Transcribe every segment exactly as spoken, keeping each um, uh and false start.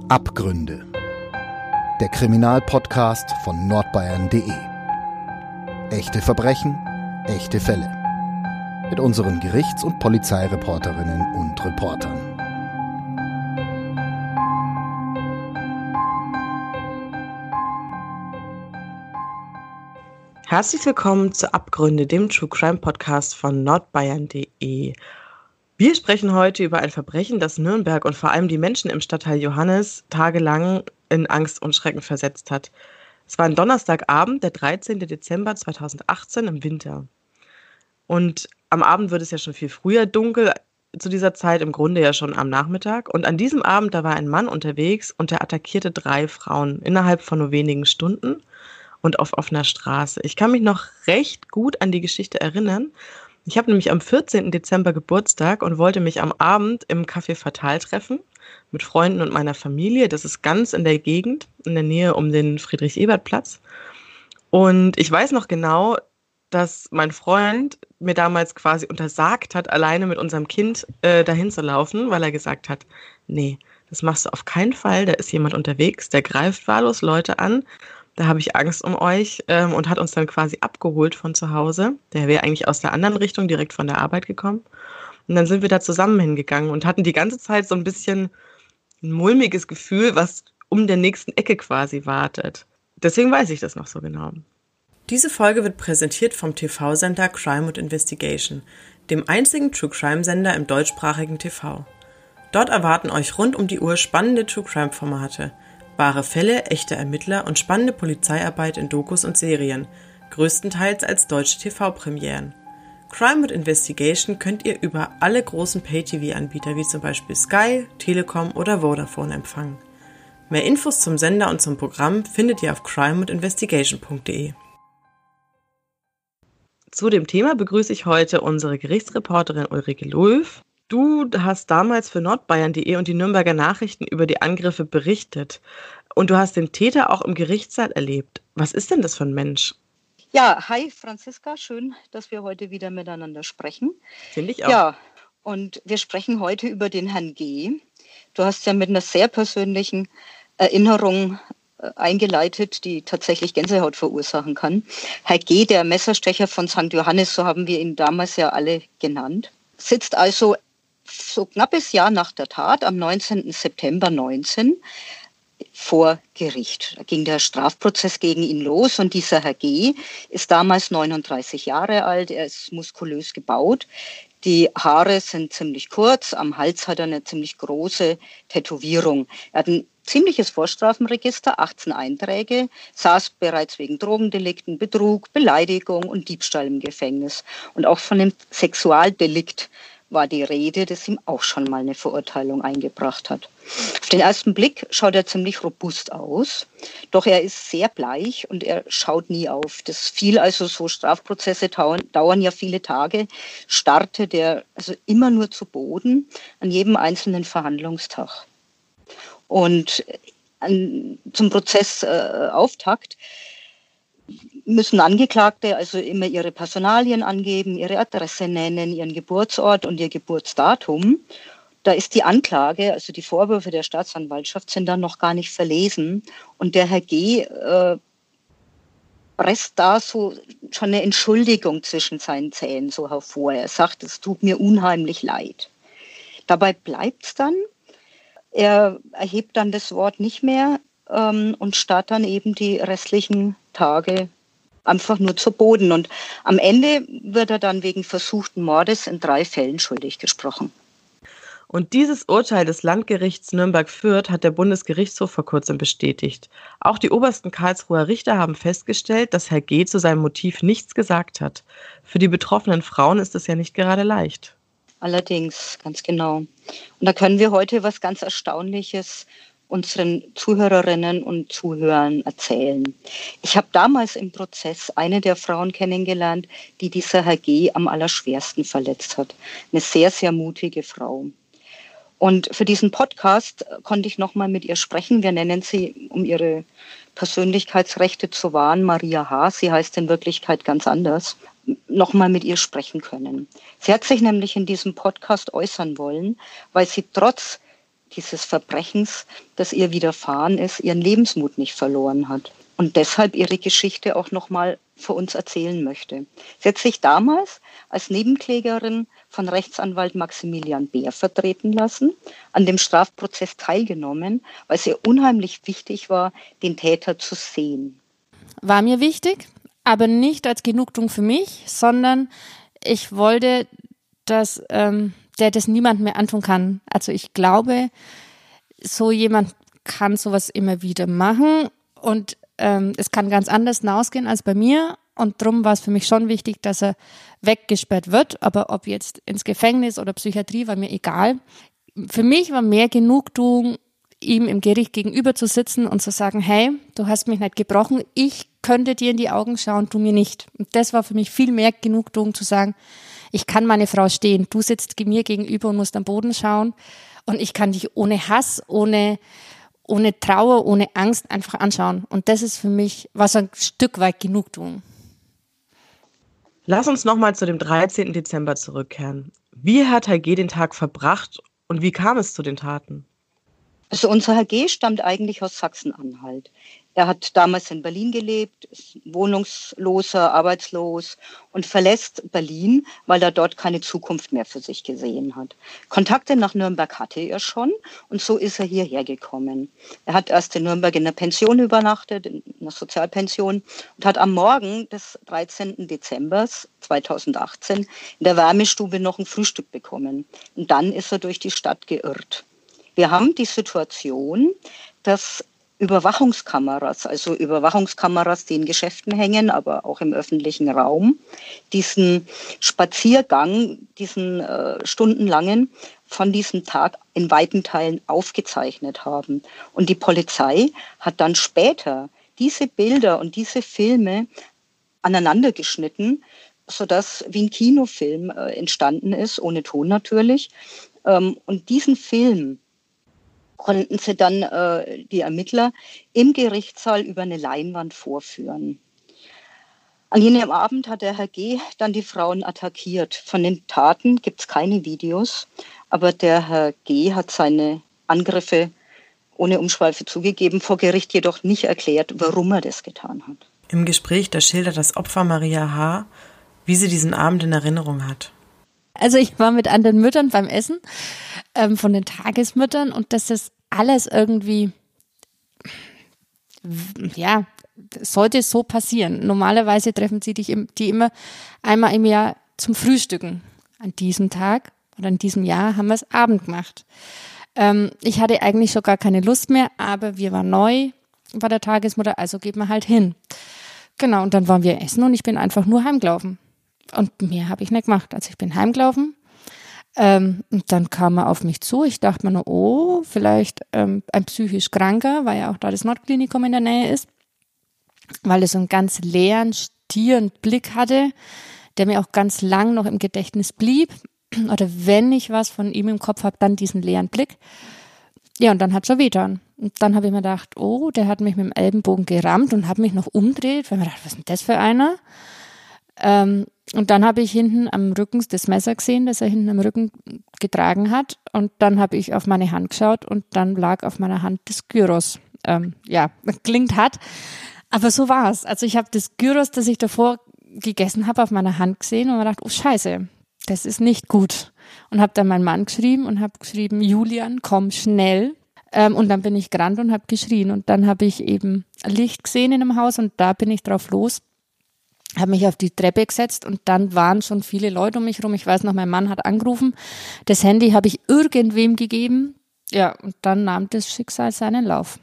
Abgründe. Der Kriminalpodcast von nordbayern punkt de. Echte Verbrechen, echte Fälle. Mit unseren Gerichts- und Polizeireporterinnen und Reportern. Herzlich willkommen zu Abgründe, dem True Crime Podcast von nordbayern punkt de. Wir sprechen heute über ein Verbrechen, das Nürnberg und vor allem die Menschen im Stadtteil Johannes tagelang in Angst und Schrecken versetzt hat. Es war ein Donnerstagabend, der dreizehnten Dezember zweitausendachtzehn im Winter. Und am Abend wird es ja schon viel früher dunkel, zu dieser Zeit im Grunde ja schon am Nachmittag. Und an diesem Abend, da war ein Mann unterwegs und der attackierte drei Frauen innerhalb von nur wenigen Stunden und auf offener Straße. Ich kann mich noch recht gut an die Geschichte erinnern. Ich habe nämlich am vierzehnten Dezember Geburtstag und wollte mich am Abend im Café Fatal treffen mit Freunden und meiner Familie. Das ist ganz in der Gegend, in der Nähe um den Friedrich-Ebert-Platz. Und ich weiß noch genau, dass mein Freund mir damals quasi untersagt hat, alleine mit unserem Kind äh, dahin zu laufen, weil er gesagt hat, nee, das machst du auf keinen Fall, da ist jemand unterwegs, der greift wahllos Leute an. Da habe ich Angst um euch ähm, und hat uns dann quasi abgeholt von zu Hause. Der wäre eigentlich aus der anderen Richtung, direkt von der Arbeit gekommen. Und dann sind wir da zusammen hingegangen und hatten die ganze Zeit so ein bisschen ein mulmiges Gefühl, was um der nächsten Ecke quasi wartet. Deswegen weiß ich das noch so genau. Diese Folge wird präsentiert vom T V-Sender Crime und Investigation, dem einzigen True-Crime-Sender im deutschsprachigen T V. Dort erwarten euch rund um die Uhr spannende True-Crime-Formate. Wahre Fälle, echte Ermittler und spannende Polizeiarbeit in Dokus und Serien, größtenteils als deutsche T V-Premieren. Crime und Investigation könnt ihr über alle großen Pay-T V-Anbieter wie zum Beispiel Sky, Telekom oder Vodafone empfangen. Mehr Infos zum Sender und zum Programm findet ihr auf crime und investigation punkt de. Zu dem Thema begrüße ich heute unsere Gerichtsreporterin Ulrike Löw. Du hast damals für nordbayern punkt de und die Nürnberger Nachrichten über die Angriffe berichtet. Und du hast den Täter auch im Gerichtssaal erlebt. Was ist denn das für ein Mensch? Ja, hi Franziska, schön, dass wir heute wieder miteinander sprechen. Finde ich auch. Ja, und wir sprechen heute über den Herrn G. Du hast ja mit einer sehr persönlichen Erinnerung äh, eingeleitet, die tatsächlich Gänsehaut verursachen kann. Herr G., der Messerstecher von Sankt Johannes, so haben wir ihn damals ja alle genannt, sitzt also so knappes Jahr nach der Tat, am neunzehnten September neunzehn, vor Gericht. Da ging der Strafprozess gegen ihn los und dieser Herr G. ist damals neununddreißig Jahre alt, er ist muskulös gebaut, die Haare sind ziemlich kurz, am Hals hat er eine ziemlich große Tätowierung. Er hat ein ziemliches Vorstrafenregister, achtzehn Einträge, saß bereits wegen Drogendelikten, Betrug, Beleidigung und Diebstahl im Gefängnis. Und auch von dem Sexualdelikt war die Rede, das ihm auch schon mal eine Verurteilung eingebracht hat. Auf den ersten Blick schaut er ziemlich robust aus, doch er ist sehr bleich und er schaut nie auf. Das viel, also so Strafprozesse dauern, dauern ja viele Tage, startet er also immer nur zu Boden an jedem einzelnen Verhandlungstag. Und an, zum Prozessauftakt müssen Angeklagte also immer ihre Personalien angeben, ihre Adresse nennen, ihren Geburtsort und ihr Geburtsdatum. Da ist die Anklage, also die Vorwürfe der Staatsanwaltschaft, sind dann noch gar nicht verlesen. Und der Herr G. Äh, presst da so schon eine Entschuldigung zwischen seinen Zähnen so hervor. Er sagt, es tut mir unheimlich leid. Dabei bleibt es dann. Er erhebt dann das Wort nicht mehr ähm, und starrt dann eben die restlichen Tage einfach nur zu Boden. Und am Ende wird er dann wegen versuchten Mordes in drei Fällen schuldig gesprochen. Und dieses Urteil des Landgerichts Nürnberg-Fürth hat der Bundesgerichtshof vor kurzem bestätigt. Auch die obersten Karlsruher Richter haben festgestellt, dass Herr G. zu seinem Motiv nichts gesagt hat. Für die betroffenen Frauen ist es ja nicht gerade leicht. Allerdings, ganz genau. Und da können wir heute was ganz Erstaunliches unseren Zuhörerinnen und Zuhörern erzählen. Ich habe damals im Prozess eine der Frauen kennengelernt, die dieser Herr G. am allerschwersten verletzt hat. Eine sehr, sehr mutige Frau. Und für diesen Podcast konnte ich nochmal mit ihr sprechen. Wir nennen sie, um ihre Persönlichkeitsrechte zu wahren, Maria H. Sie heißt in Wirklichkeit ganz anders. Nochmal mit ihr sprechen können. Sie hat sich nämlich in diesem Podcast äußern wollen, weil sie trotz dieses Verbrechens, das ihr widerfahren ist, ihren Lebensmut nicht verloren hat und deshalb ihre Geschichte auch nochmal für uns erzählen möchte. Sie hat sich damals als Nebenklägerin von Rechtsanwalt Maximilian Beer vertreten lassen, an dem Strafprozess teilgenommen, weil es ihr unheimlich wichtig war, den Täter zu sehen. War mir wichtig, aber nicht als Genugtuung für mich, sondern ich wollte, dass ähm, der das niemand mehr antun kann. Also ich glaube, so jemand kann sowas immer wieder machen und ähm, es kann ganz anders hinausgehen als bei mir und darum war es für mich schon wichtig, dass er weggesperrt wird, aber ob jetzt ins Gefängnis oder Psychiatrie, war mir egal. Für mich war mehr Genugtuung, ihm im Gericht gegenüber zu sitzen und zu sagen, hey, du hast mich nicht gebrochen, ich könnte dir in die Augen schauen, du mir nicht. Und das war für mich viel mehr Genugtuung zu sagen, ich kann meine Frau stehen, du sitzt mir gegenüber und musst am Boden schauen und ich kann dich ohne Hass, ohne, ohne Trauer, ohne Angst einfach anschauen. Und das ist für mich, was ein Stück weit Genugtuung. Lass uns nochmal zu dem dreizehnten Dezember zurückkehren. Wie hat Herr G. den Tag verbracht und wie kam es zu den Taten? Also unser Herr G. stammt eigentlich aus Sachsen-Anhalt. Er hat damals in Berlin gelebt, ist wohnungsloser, arbeitslos und verlässt Berlin, weil er dort keine Zukunft mehr für sich gesehen hat. Kontakte nach Nürnberg hatte er schon und so ist er hierher gekommen. Er hat erst in Nürnberg in einer Pension übernachtet, in einer Sozialpension und hat am Morgen des dreizehnten Dezember zweitausendachtzehn in der Wärmestube noch ein Frühstück bekommen. Und dann ist er durch die Stadt geirrt. Wir haben die Situation, dass Überwachungskameras, also Überwachungskameras, die in Geschäften hängen, aber auch im öffentlichen Raum, diesen Spaziergang, diesen äh, stundenlangen von diesem Tag in weiten Teilen aufgezeichnet haben. Und die Polizei hat dann später diese Bilder und diese Filme aneinandergeschnitten, sodass wie ein Kinofilm äh, entstanden ist, ohne Ton natürlich. Ähm, und diesen Film konnten sie dann äh, die Ermittler im Gerichtssaal über eine Leinwand vorführen. An jenem Abend hat der Herr G. dann die Frauen attackiert. Von den Taten gibt es keine Videos, aber der Herr G. hat seine Angriffe ohne Umschweife zugegeben, vor Gericht jedoch nicht erklärt, warum er das getan hat. Im Gespräch, da schildert das Opfer Maria H., wie sie diesen Abend in Erinnerung hat. Also ich war mit anderen Müttern beim Essen ähm, von den Tagesmüttern und das ist alles irgendwie, ja, sollte so passieren. Normalerweise treffen sie dich im, die immer einmal im Jahr zum Frühstücken. An diesem Tag oder in diesem Jahr haben wir es Abend gemacht. Ähm, ich hatte eigentlich schon gar keine Lust mehr, aber wir waren neu bei der Tagesmutter, also geht man halt hin. Genau, und dann waren wir essen und ich bin einfach nur heimgelaufen. Und mehr habe ich nicht gemacht. Also ich bin heimgelaufen ähm, und dann kam er auf mich zu. Ich dachte mir nur, oh, vielleicht ähm, ein psychisch Kranker, weil ja auch da das Nordklinikum in der Nähe ist, weil er so einen ganz leeren, stieren Blick hatte, der mir auch ganz lang noch im Gedächtnis blieb. Oder wenn ich was von ihm im Kopf habe, dann diesen leeren Blick. Ja, und dann hat es schon wehgetan. Und dann habe ich mir gedacht, oh, der hat mich mit dem Ellenbogen gerammt und hat mich noch umgedreht, weil ich mir gedacht, was ist denn das für einer? Ähm, und dann habe ich hinten am Rücken das Messer gesehen, das er hinten am Rücken getragen hat. Und dann habe ich auf meine Hand geschaut und dann lag auf meiner Hand das Gyros. Ähm, ja, klingt hart, aber so war es. Also ich habe das Gyros, das ich davor gegessen habe, auf meiner Hand gesehen und mir gedacht, oh Scheiße, das ist nicht gut. Und habe dann meinen Mann geschrieben und habe geschrieben, Julian, komm schnell. Ähm, und dann bin ich gerannt und habe geschrien. Und dann habe ich eben Licht gesehen in einem Haus und da bin ich drauf los. Habe mich auf die Treppe gesetzt und dann waren schon viele Leute um mich rum. Ich weiß noch, mein Mann hat angerufen. Das Handy habe ich irgendwem gegeben. Ja, und dann nahm das Schicksal seinen Lauf.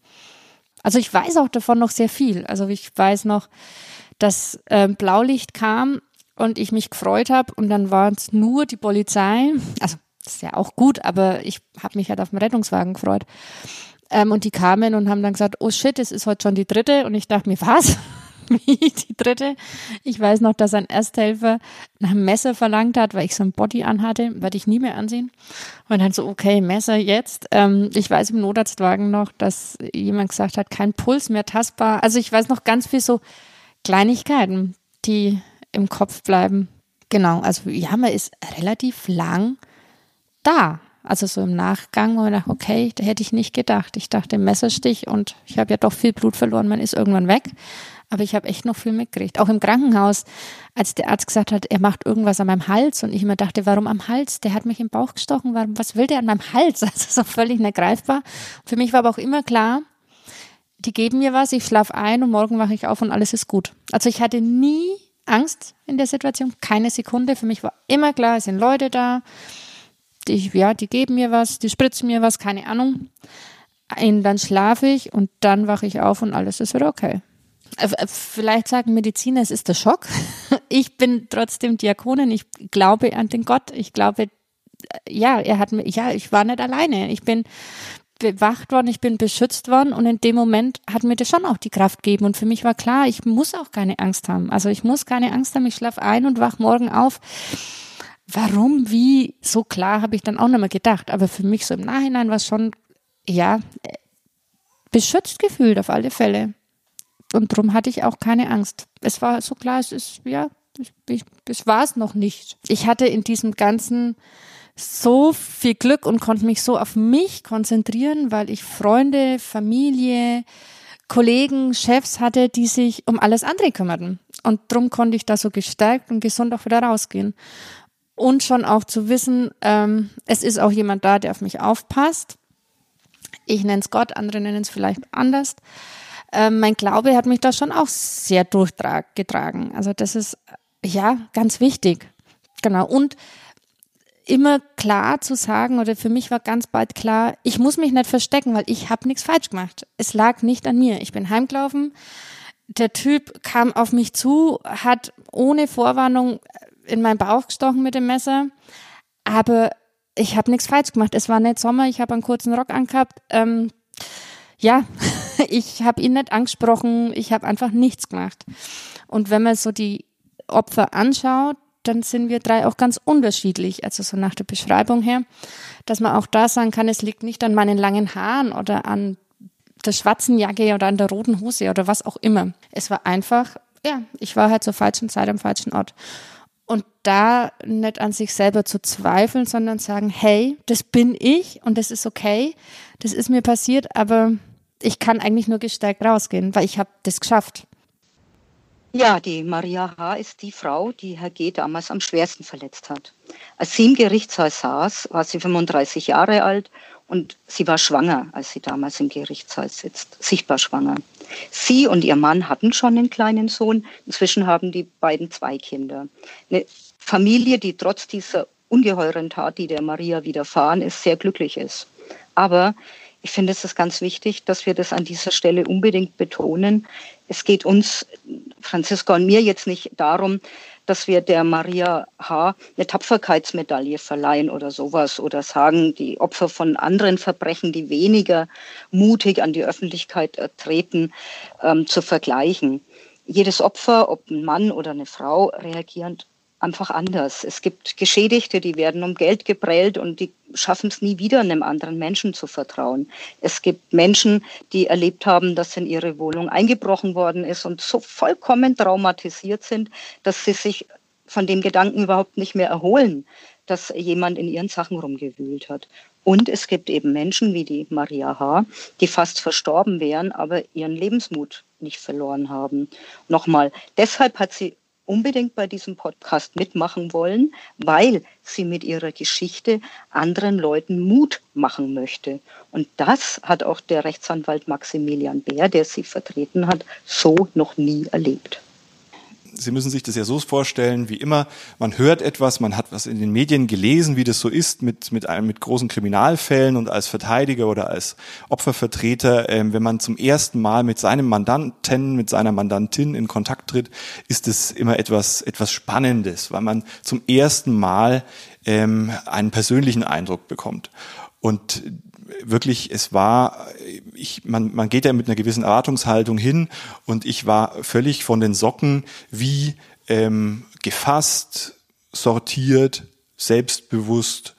Also ich weiß auch davon noch sehr viel. Also ich weiß noch, dass äh, Blaulicht kam und ich mich gefreut habe und dann war es nur die Polizei. Also das ist ja auch gut, aber ich habe mich halt auf den Rettungswagen gefreut. Ähm, und die kamen und haben dann gesagt, oh shit, es ist heute schon die dritte. Und ich dachte mir, was? Wie die dritte? Ich weiß noch, dass ein Ersthelfer nach einem Messer verlangt hat, weil ich so ein Body anhatte, werde ich nie mehr ansehen. Und dann so, okay, Messer jetzt. Ähm, ich weiß im Notarztwagen noch, dass jemand gesagt hat, kein Puls mehr tastbar. Also ich weiß noch ganz viel so Kleinigkeiten, die im Kopf bleiben. Genau, also ja, man ist relativ lang da. Also so im Nachgang, wo ich dachte, okay, da hätte ich nicht gedacht. Ich dachte, Messerstich und ich habe ja doch viel Blut verloren, man ist irgendwann weg. Aber ich habe echt noch viel mitgekriegt. Auch im Krankenhaus, als der Arzt gesagt hat, er macht irgendwas an meinem Hals und ich immer dachte, warum am Hals? Der hat mich im Bauch gestochen, warum, was will der an meinem Hals? Also so völlig nicht greifbar. Für mich war aber auch immer klar, die geben mir was, ich schlafe ein und morgen wache ich auf und alles ist gut. Also ich hatte nie Angst in der Situation, keine Sekunde. Für mich war immer klar, es sind Leute da, die, ja, die geben mir was, die spritzen mir was, keine Ahnung. Und dann schlafe ich und dann wache ich auf und alles ist wieder okay. Vielleicht sagen Mediziner, es ist der Schock. Ich bin trotzdem Diakonin, ich glaube an den Gott. Ich glaube, ja, er hat mir, ja, ich war nicht alleine. Ich bin bewacht worden, ich bin beschützt worden und in dem Moment hat mir das schon auch die Kraft gegeben und für mich war klar, ich muss auch keine Angst haben. Also ich muss keine Angst haben, ich schlafe ein und wach morgen auf. Warum, wie, so klar habe ich dann auch nicht mehr gedacht, aber für mich so im Nachhinein war es schon, ja, beschützt gefühlt auf alle Fälle und darum hatte ich auch keine Angst. Es war so klar, es ist, ja, ich, es war es noch nicht. Ich hatte in diesem ganzen so viel Glück und konnte mich so auf mich konzentrieren, weil ich Freunde, Familie, Kollegen, Chefs hatte, die sich um alles andere kümmerten. Und darum konnte ich da so gestärkt und gesund auch wieder rausgehen. Und schon auch zu wissen, ähm, es ist auch jemand da, der auf mich aufpasst. Ich nenne es Gott, andere nennen es vielleicht anders. Ähm, mein Glaube hat mich da schon auch sehr durchgetragen. Also das ist, ja, ganz wichtig. Genau. Und immer klar zu sagen, oder für mich war ganz bald klar, ich muss mich nicht verstecken, weil ich habe nichts falsch gemacht. Es lag nicht an mir. Ich bin heimgelaufen, der Typ kam auf mich zu, hat ohne Vorwarnung in meinen Bauch gestochen mit dem Messer, aber ich habe nichts falsch gemacht. Es war nicht Sommer, ich habe einen kurzen Rock angehabt. Ähm, ja, ich habe ihn nicht angesprochen, ich habe einfach nichts gemacht. Und wenn man so die Opfer anschaut, dann sind wir drei auch ganz unterschiedlich, also so nach der Beschreibung her, dass man auch da sagen kann, es liegt nicht an meinen langen Haaren oder an der schwarzen Jacke oder an der roten Hose oder was auch immer. Es war einfach, ja, ich war halt zur falschen Zeit am falschen Ort. Und da nicht an sich selber zu zweifeln, sondern sagen, hey, das bin ich und das ist okay, das ist mir passiert, aber ich kann eigentlich nur gestärkt rausgehen, weil ich habe das geschafft. Ja, die Maria H. ist die Frau, die Herr G. damals am schwersten verletzt hat. Als sie im Gerichtssaal saß, war sie fünfunddreißig Jahre alt und sie war schwanger, als sie damals im Gerichtssaal sitzt, sichtbar schwanger. Sie und ihr Mann hatten schon einen kleinen Sohn, inzwischen haben die beiden zwei Kinder. Eine Familie, die trotz dieser ungeheuren Tat, die der Maria widerfahren ist, sehr glücklich ist. Aber ich finde, es ist ganz wichtig, dass wir das an dieser Stelle unbedingt betonen. Es geht uns, Franziska und mir, jetzt nicht darum, dass wir der Maria H. eine Tapferkeitsmedaille verleihen oder sowas oder sagen, die Opfer von anderen Verbrechen, die weniger mutig an die Öffentlichkeit treten, ähm, zu vergleichen. Jedes Opfer, ob ein Mann oder eine Frau, reagiert einfach anders. Es gibt Geschädigte, die werden um Geld geprellt und die schaffen es nie wieder, einem anderen Menschen zu vertrauen. Es gibt Menschen, die erlebt haben, dass in ihre Wohnung eingebrochen worden ist und so vollkommen traumatisiert sind, dass sie sich von dem Gedanken überhaupt nicht mehr erholen, dass jemand in ihren Sachen rumgewühlt hat. Und es gibt eben Menschen wie die Maria H., die fast verstorben wären, aber ihren Lebensmut nicht verloren haben. Nochmal, deshalb hat sie unbedingt bei diesem Podcast mitmachen wollen, weil sie mit ihrer Geschichte anderen Leuten Mut machen möchte. Und das hat auch der Rechtsanwalt Maximilian Bär, der sie vertreten hat, so noch nie erlebt. Sie müssen sich das ja so vorstellen, wie immer, man hört etwas, man hat was in den Medien gelesen, wie das so ist mit mit einem mit großen Kriminalfällen und als Verteidiger oder als Opfervertreter, ähm, wenn man zum ersten Mal mit seinem Mandanten, mit seiner Mandantin in Kontakt tritt, ist es immer etwas etwas Spannendes, weil man zum ersten Mal ähm, einen persönlichen Eindruck bekommt. Und wirklich, es war, ich, man, man geht ja mit einer gewissen Erwartungshaltung hin und ich war völlig von den Socken, wie ähm, gefasst, sortiert, selbstbewusst,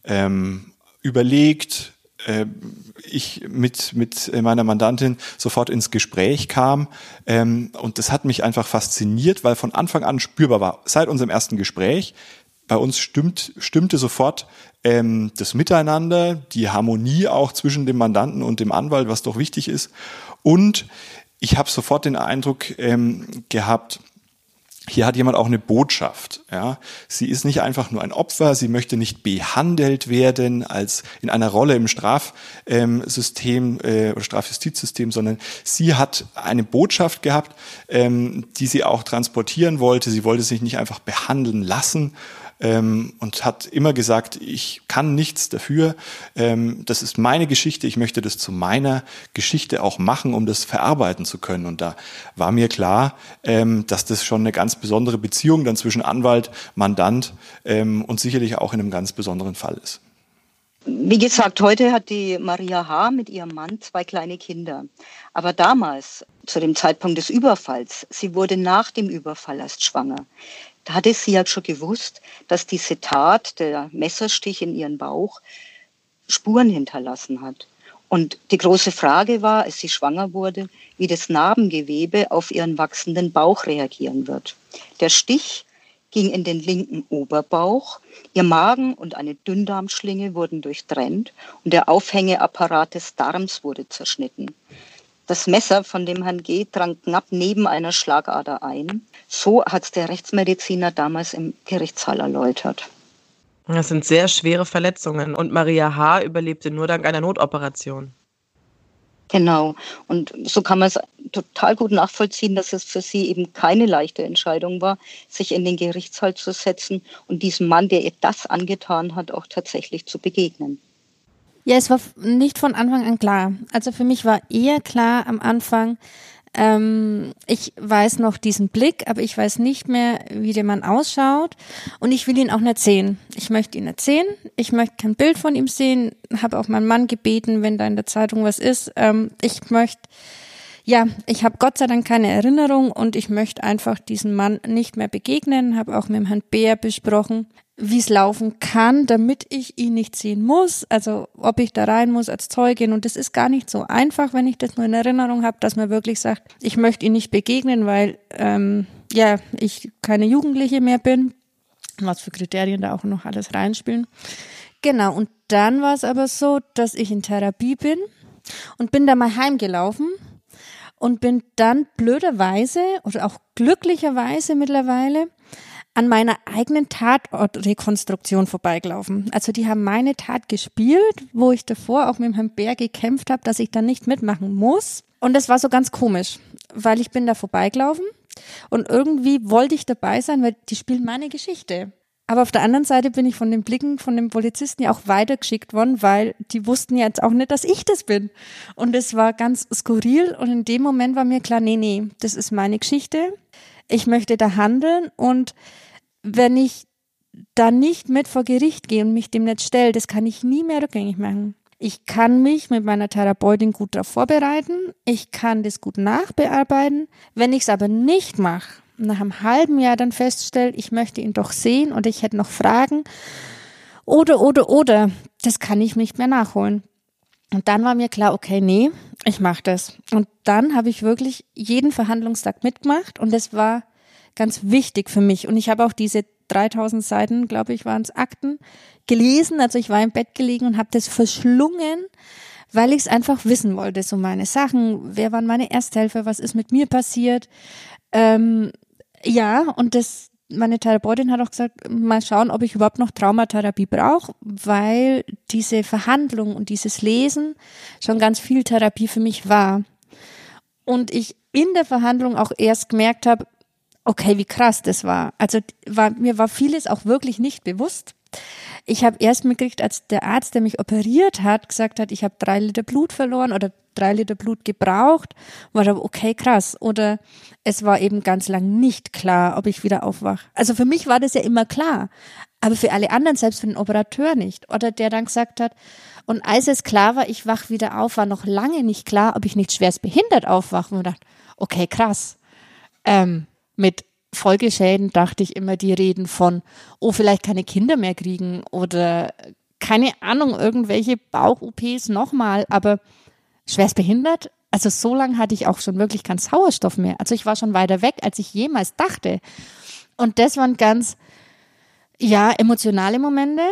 ähm, überlegt, äh, ich mit mit meiner Mandantin sofort ins Gespräch kam ähm, und das hat mich einfach fasziniert, weil von Anfang an spürbar war, seit unserem ersten Gespräch, bei uns stimmt, stimmte sofort ähm, das Miteinander, die Harmonie auch zwischen dem Mandanten und dem Anwalt, was doch wichtig ist. Und ich habe sofort den Eindruck ähm, gehabt, hier hat jemand auch eine Botschaft. Ja, sie ist nicht einfach nur ein Opfer, sie möchte nicht behandelt werden als in einer Rolle im Strafsystem äh, oder Strafjustizsystem, sondern sie hat eine Botschaft gehabt, ähm, die sie auch transportieren wollte. Sie wollte sich nicht einfach behandeln lassen. Ähm, und hat immer gesagt, ich kann nichts dafür, ähm, das ist meine Geschichte, ich möchte das zu meiner Geschichte auch machen, um das verarbeiten zu können. Und da war mir klar, ähm, dass das schon eine ganz besondere Beziehung dann zwischen Anwalt, Mandant ähm, und sicherlich auch in einem ganz besonderen Fall ist. Wie gesagt, heute hat die Maria H. mit ihrem Mann zwei kleine Kinder. Aber damals, zu dem Zeitpunkt des Überfalls, sie wurde nach dem Überfall erst schwanger. Da hatte sie ja schon gewusst, dass diese Tat, der Messerstich in ihren Bauch, Spuren hinterlassen hat. Und die große Frage war, als sie schwanger wurde, wie das Narbengewebe auf ihren wachsenden Bauch reagieren wird. Der Stich ging in den linken Oberbauch, ihr Magen und eine Dünndarmschlinge wurden durchtrennt und der Aufhängeapparat des Darms wurde zerschnitten. Das Messer von dem Herrn G. drang knapp neben einer Schlagader ein. So hat es der Rechtsmediziner damals im Gerichtssaal erläutert. Das sind sehr schwere Verletzungen und Maria H. überlebte nur dank einer Notoperation. Genau. Und so kann man es total gut nachvollziehen, dass es für sie eben keine leichte Entscheidung war, sich in den Gerichtssaal zu setzen und diesem Mann, der ihr das angetan hat, auch tatsächlich zu begegnen. Ja, es war nicht von Anfang an klar. Also für mich war eher klar am Anfang, ähm, ich weiß noch diesen Blick, aber ich weiß nicht mehr, wie der Mann ausschaut und ich will ihn auch nicht sehen. Ich möchte ihn nicht sehen, ich möchte kein Bild von ihm sehen, habe auch meinen Mann gebeten, wenn da in der Zeitung was ist. Ähm, ich möchte, ja, ich habe Gott sei Dank keine Erinnerung und ich möchte einfach diesem Mann nicht mehr begegnen, habe auch mit dem Herrn Beer besprochen, wie es laufen kann, damit ich ihn nicht sehen muss, also ob ich da rein muss als Zeugin. Und das ist gar nicht so einfach, wenn ich das nur in Erinnerung habe, dass man wirklich sagt, ich möchte ihn nicht begegnen, weil ähm, ja ich keine Jugendliche mehr bin, was für Kriterien da auch noch alles reinspielen. Genau, und dann war es aber so, dass ich in Therapie bin und bin da mal heimgelaufen und bin dann blöderweise oder auch glücklicherweise mittlerweile an meiner eigenen Tatortrekonstruktion vorbeigelaufen. Also die haben meine Tat gespielt, wo ich davor auch mit Herrn Bär gekämpft habe, dass ich da nicht mitmachen muss. Und das war so ganz komisch, weil ich bin da vorbeigelaufen und irgendwie wollte ich dabei sein, weil die spielen meine Geschichte. Aber auf der anderen Seite bin ich von den Blicken von den Polizisten ja auch weitergeschickt worden, weil die wussten ja jetzt auch nicht, dass ich das bin. Und es war ganz skurril und in dem Moment war mir klar, nee, nee, das ist meine Geschichte. Ich möchte da handeln und wenn ich da nicht mit vor Gericht gehe und mich dem nicht stelle, das kann ich nie mehr rückgängig machen. Ich kann mich mit meiner Therapeutin gut darauf vorbereiten, ich kann das gut nachbearbeiten. Wenn ich es aber nicht mache, nach einem halben Jahr dann feststelle, ich möchte ihn doch sehen und ich hätte noch Fragen oder, oder, oder, das kann ich nicht mehr nachholen. Und dann war mir klar, okay, nee, ich mache das. Und dann habe ich wirklich jeden Verhandlungstag mitgemacht und das war ganz wichtig für mich. Und ich habe auch diese dreitausend Seiten, glaube ich, waren es Akten, gelesen. Also ich war im Bett gelegen und habe das verschlungen, weil ich es einfach wissen wollte. So meine Sachen, wer waren meine Ersthelfer, was ist mit mir passiert. Ähm, ja, und das meine Therapeutin hat auch gesagt, mal schauen, ob ich überhaupt noch Traumatherapie brauche, weil diese Verhandlung und dieses Lesen schon ganz viel Therapie für mich war. Und ich in der Verhandlung auch erst gemerkt habe, okay, wie krass das war. Also war, mir war vieles auch wirklich nicht bewusst. Ich habe erst mitgekriegt, als der Arzt, der mich operiert hat, gesagt hat, ich habe drei Liter Blut verloren oder drei Liter Blut gebraucht, war da okay, krass. Oder es war eben ganz lang nicht klar, ob ich wieder aufwache. Also für mich war das ja immer klar, aber für alle anderen, selbst für den Operateur nicht. Oder der dann gesagt hat, und als es klar war, ich wach wieder auf, war noch lange nicht klar, ob ich nicht schwerst behindert aufwache. Und ich dachte, okay, krass. Ähm, mit Folgeschäden dachte ich immer, die reden von, oh, vielleicht keine Kinder mehr kriegen oder keine Ahnung, irgendwelche Bauch-O Ps nochmal, aber schwerst behindert, also so lange hatte ich auch schon wirklich keinen Sauerstoff mehr. Also ich war schon weiter weg, als ich jemals dachte. Und das waren ganz, Ja, emotionale Momente,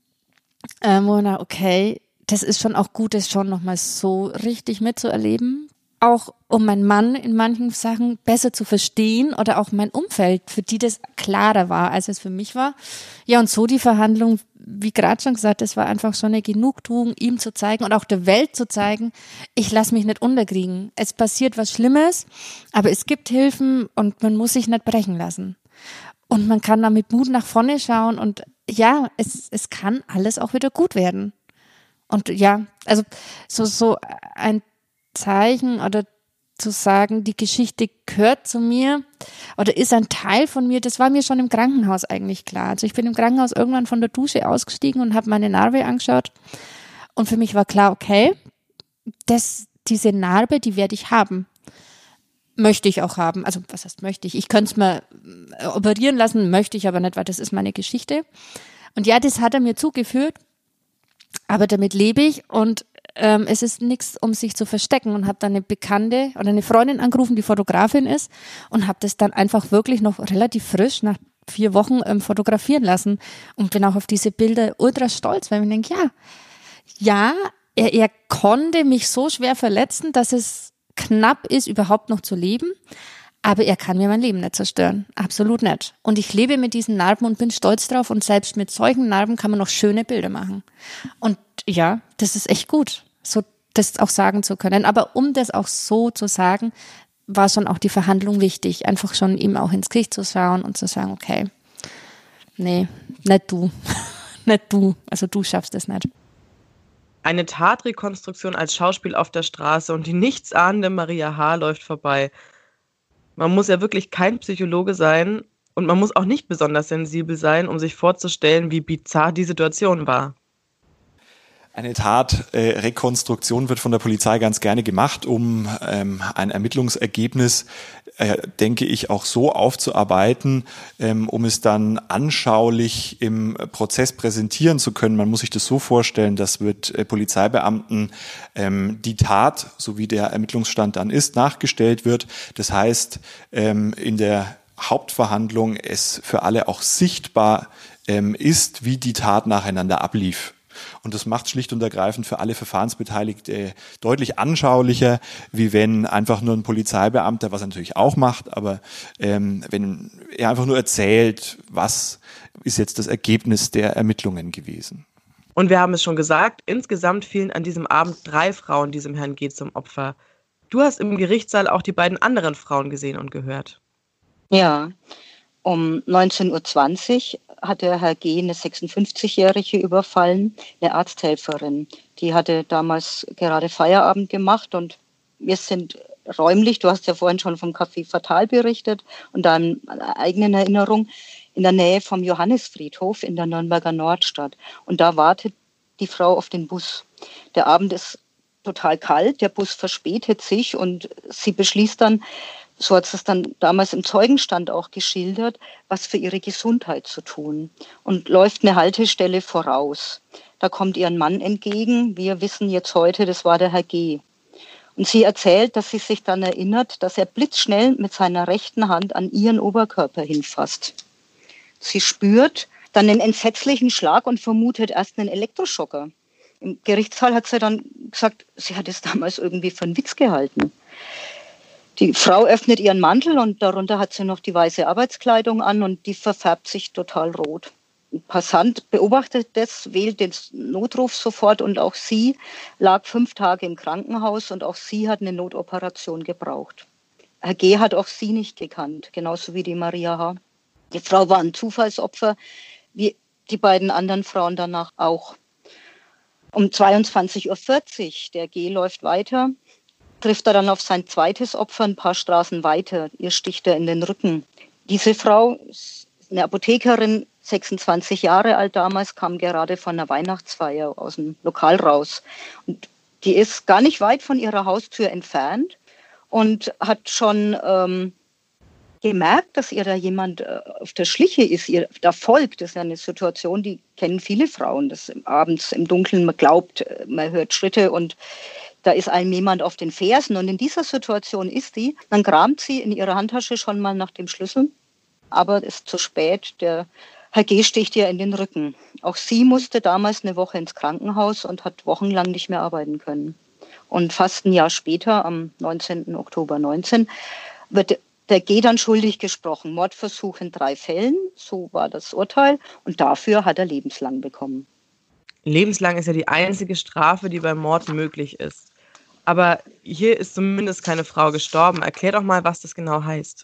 äh, wo man, okay, das ist schon auch gut, das schon nochmal so richtig mitzuerleben. Auch um meinen Mann in manchen Sachen besser zu verstehen oder auch mein Umfeld, für die das klarer war, als es für mich war. Ja, und so die Verhandlung, wie gerade schon gesagt, das war einfach schon eine Genugtuung, ihm zu zeigen und auch der Welt zu zeigen, ich lasse mich nicht unterkriegen. Es passiert was Schlimmes, aber es gibt Hilfen und man muss sich nicht brechen lassen. Und man kann da mit Mut nach vorne schauen und ja, es, es kann alles auch wieder gut werden. Und ja, also so, so ein Zeichen oder zu sagen, die Geschichte gehört zu mir oder ist ein Teil von mir, das war mir schon im Krankenhaus eigentlich klar. Also ich bin im Krankenhaus irgendwann von der Dusche ausgestiegen und habe meine Narbe angeschaut und für mich war klar, okay, das, diese Narbe, die werde ich haben. Möchte ich auch haben. Also was heißt möchte ich? Ich könnte es mir operieren lassen, möchte ich aber nicht, weil das ist meine Geschichte. Und ja, das hat er mir zugeführt, aber damit lebe ich und Ähm, es ist nichts, um sich zu verstecken und habe dann eine Bekannte oder eine Freundin angerufen, die Fotografin ist und habe das dann einfach wirklich noch relativ frisch nach vier Wochen ähm, fotografieren lassen und bin auch auf diese Bilder ultra stolz, weil ich denke, ja, ja, er, er konnte mich so schwer verletzen, dass es knapp ist, überhaupt noch zu leben, aber er kann mir mein Leben nicht zerstören, absolut nicht. Und ich lebe mit diesen Narben und bin stolz drauf und selbst mit solchen Narben kann man noch schöne Bilder machen. Und ja, das ist echt gut, so das auch sagen zu können. Aber um das auch so zu sagen, war schon auch die Verhandlung wichtig, einfach schon ihm auch ins Gesicht zu schauen und zu sagen, okay, nee, nicht du, nicht du, also du schaffst es nicht. Eine Tatrekonstruktion als Schauspiel auf der Straße und die nichtsahnende Maria H. läuft vorbei. Man muss ja wirklich kein Psychologe sein und man muss auch nicht besonders sensibel sein, um sich vorzustellen, wie bizarr die Situation war. Eine Tatrekonstruktion äh, wird von der Polizei ganz gerne gemacht, um ähm, ein Ermittlungsergebnis, äh, denke ich, auch so aufzuarbeiten, ähm, um es dann anschaulich im Prozess präsentieren zu können. Man muss sich das so vorstellen, dass wird äh, Polizeibeamten ähm, die Tat, so wie der Ermittlungsstand dann ist, nachgestellt wird. Das heißt, ähm, in der Hauptverhandlung es für alle auch sichtbar ähm, ist, wie die Tat nacheinander ablief. Und das macht schlicht und ergreifend für alle Verfahrensbeteiligte deutlich anschaulicher, wie wenn einfach nur ein Polizeibeamter, was er natürlich auch macht, aber ähm, wenn er einfach nur erzählt, was ist jetzt das Ergebnis der Ermittlungen gewesen. Und wir haben es schon gesagt, insgesamt fielen an diesem Abend drei Frauen diesem Herrn G. zum Opfer. Du hast im Gerichtssaal auch die beiden anderen Frauen gesehen und gehört. Ja, um neunzehn Uhr zwanzig hat der Herr G. eine sechsundfünfzigjährige überfallen, eine Arzthelferin. Die hatte damals gerade Feierabend gemacht und wir sind räumlich, du hast ja vorhin schon vom Café Fatal berichtet und da in eigenen Erinnerung, in der Nähe vom Johannisfriedhof in der Nürnberger Nordstadt. Und da wartet die Frau auf den Bus. Der Abend ist total kalt, der Bus verspätet sich und sie beschließt dann, so hat sie es dann damals im Zeugenstand auch geschildert, was für ihre Gesundheit zu tun und läuft eine Haltestelle voraus. Da kommt ihren Mann entgegen. Wir wissen jetzt heute, das war der Herr G. Und sie erzählt, dass sie sich dann erinnert, dass er blitzschnell mit seiner rechten Hand an ihren Oberkörper hinfasst. Sie spürt dann einen entsetzlichen Schlag und vermutet erst einen Elektroschocker. Im Gerichtssaal hat sie dann gesagt, sie hat es damals irgendwie für einen Witz gehalten. Die Frau öffnet ihren Mantel und darunter hat sie noch die weiße Arbeitskleidung an und die verfärbt sich total rot. Ein Passant beobachtet das, wählt den Notruf sofort und auch sie lag fünf Tage im Krankenhaus und auch sie hat eine Notoperation gebraucht. Herr G. hat auch sie nicht gekannt, genauso wie die Maria H. Die Frau war ein Zufallsopfer, wie die beiden anderen Frauen danach auch. Um zweiundzwanzig Uhr vierzig, der G. läuft weiter, trifft er dann auf sein zweites Opfer ein paar Straßen weiter. Ihr sticht er in den Rücken. Diese Frau ist eine Apothekerin, sechsundzwanzig Jahre alt damals, kam gerade von einer Weihnachtsfeier aus dem Lokal raus. Und die ist gar nicht weit von ihrer Haustür entfernt und hat schon ähm, gemerkt, dass ihr da jemand äh, auf der Schliche ist, ihr da folgt. Das ist ja eine Situation, die kennen viele Frauen, dass abends im Dunkeln man glaubt, man hört Schritte und da ist einem jemand auf den Fersen und in dieser Situation ist die, dann kramt sie in ihrer Handtasche schon mal nach dem Schlüssel, aber es ist zu spät, der Herr G. sticht ihr in den Rücken. Auch sie musste damals eine Woche ins Krankenhaus und hat wochenlang nicht mehr arbeiten können. Und fast ein Jahr später, am neunzehnten Oktober neunzehn, wird der G. dann schuldig gesprochen. Mordversuch in drei Fällen, so war das Urteil. Und dafür hat er lebenslang bekommen. Lebenslang ist ja die einzige Strafe, die beim Mord möglich ist. Aber hier ist zumindest keine Frau gestorben. Erklär doch mal, was das genau heißt.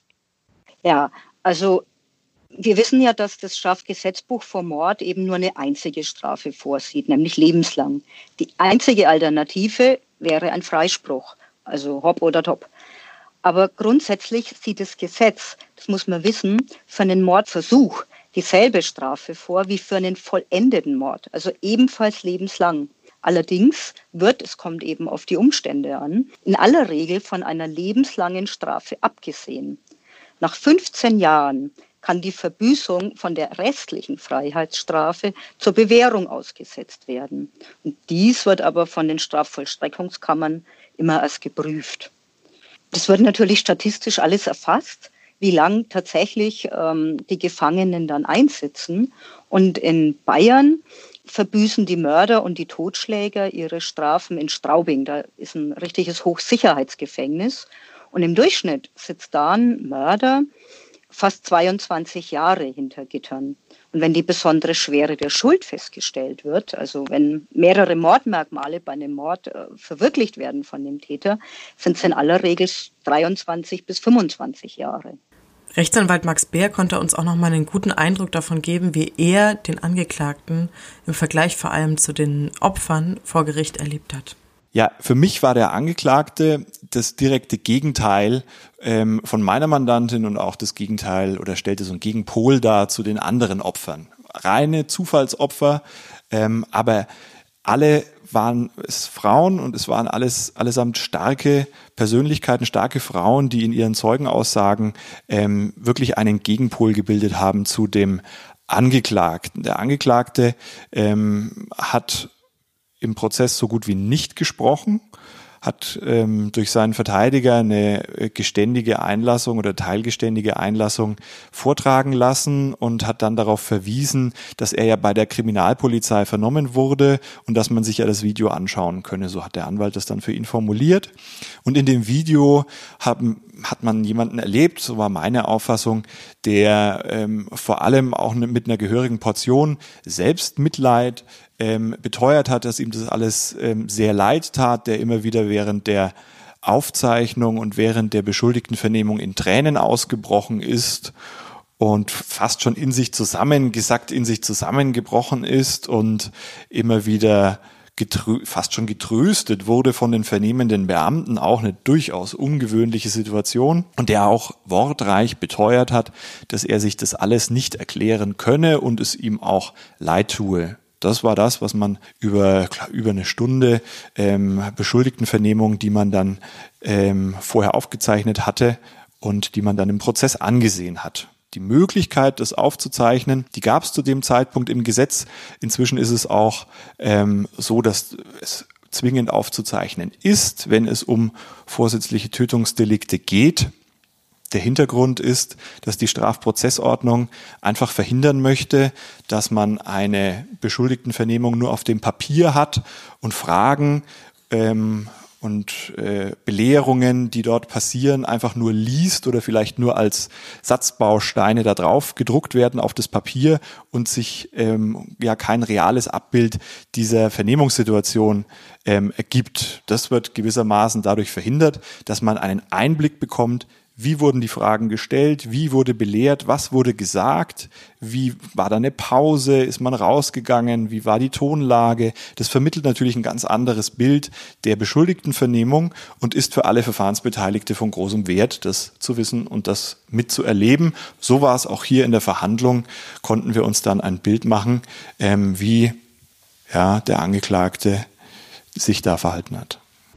Ja, also wir wissen ja, dass das Strafgesetzbuch vor Mord eben nur eine einzige Strafe vorsieht, nämlich lebenslang. Die einzige Alternative wäre ein Freispruch, also hopp oder top. Aber grundsätzlich sieht das Gesetz, das muss man wissen, für einen Mordversuch dieselbe Strafe vor wie für einen vollendeten Mord, also ebenfalls lebenslang. Allerdings wird, es kommt eben auf die Umstände an, in aller Regel von einer lebenslangen Strafe abgesehen. Nach fünfzehn Jahren kann die Verbüßung von der restlichen Freiheitsstrafe zur Bewährung ausgesetzt werden. Und dies wird aber von den Strafvollstreckungskammern immer als geprüft. Das wird natürlich statistisch alles erfasst, wie lang tatsächlich ähm, die Gefangenen dann einsitzen. Und in Bayern verbüßen die Mörder und die Totschläger ihre Strafen in Straubing. Da ist ein richtiges Hochsicherheitsgefängnis. Und im Durchschnitt sitzt da ein Mörder fast zweiundzwanzig Jahre hinter Gittern. Und wenn die besondere Schwere der Schuld festgestellt wird, also wenn mehrere Mordmerkmale bei einem Mord äh, verwirklicht werden von dem Täter, sind es in aller Regel dreiundzwanzig bis fünfundzwanzig Jahre. Rechtsanwalt Max Beer konnte uns auch noch mal einen guten Eindruck davon geben, wie er den Angeklagten im Vergleich vor allem zu den Opfern vor Gericht erlebt hat. Ja, für mich war der Angeklagte das direkte Gegenteil ähm, von meiner Mandantin und auch das Gegenteil oder stellte so ein Gegenpol dar zu den anderen Opfern. Reine Zufallsopfer, ähm, aber alle waren es Frauen und es waren alles allesamt starke Persönlichkeiten, starke Frauen, die in ihren Zeugenaussagen ähm, wirklich einen Gegenpol gebildet haben zu dem Angeklagten. Der Angeklagte ähm, hat im Prozess so gut wie nicht gesprochen, hat ähm, durch seinen Verteidiger eine geständige Einlassung oder teilgeständige Einlassung vortragen lassen und hat dann darauf verwiesen, dass er ja bei der Kriminalpolizei vernommen wurde und dass man sich ja das Video anschauen könne. So hat der Anwalt das dann für ihn formuliert. Und in dem Video haben, hat man jemanden erlebt, so war meine Auffassung, der ähm, vor allem auch mit einer gehörigen Portion Selbstmitleid ähm, beteuert hat, dass ihm das alles ähm, sehr leid tat, der immer wieder während der Aufzeichnung und während der Beschuldigtenvernehmung in Tränen ausgebrochen ist und fast schon in sich zusammengesackt, in sich zusammengebrochen ist und immer wieder getrö- fast schon getröstet wurde von den vernehmenden Beamten, auch eine durchaus ungewöhnliche Situation, und der auch wortreich beteuert hat, dass er sich das alles nicht erklären könne und es ihm auch leid tue. Das war das, was man über über eine Stunde ähm, Beschuldigtenvernehmung, die man dann ähm, vorher aufgezeichnet hatte und die man dann im Prozess angesehen hat. Die Möglichkeit, das aufzuzeichnen, die gab es zu dem Zeitpunkt im Gesetz. Inzwischen ist es auch ähm, so, dass es zwingend aufzuzeichnen ist, wenn es um vorsätzliche Tötungsdelikte geht. Der Hintergrund ist, dass die Strafprozessordnung einfach verhindern möchte, dass man eine Beschuldigtenvernehmung nur auf dem Papier hat und Fragen ähm, und äh, Belehrungen, die dort passieren, einfach nur liest oder vielleicht nur als Satzbausteine da drauf gedruckt werden auf das Papier und sich ähm, ja kein reales Abbild dieser Vernehmungssituation ähm, ergibt. Das wird gewissermaßen dadurch verhindert, dass man einen Einblick bekommt, wie wurden die Fragen gestellt, wie wurde belehrt, was wurde gesagt, wie war da eine Pause, ist man rausgegangen, wie war die Tonlage. Das vermittelt natürlich ein ganz anderes Bild der Beschuldigtenvernehmung und ist für alle Verfahrensbeteiligte von großem Wert, das zu wissen und das mitzuerleben. So war es auch hier in der Verhandlung, konnten wir uns dann ein Bild machen, ähm, wie ja, der Angeklagte sich da verhalten hat.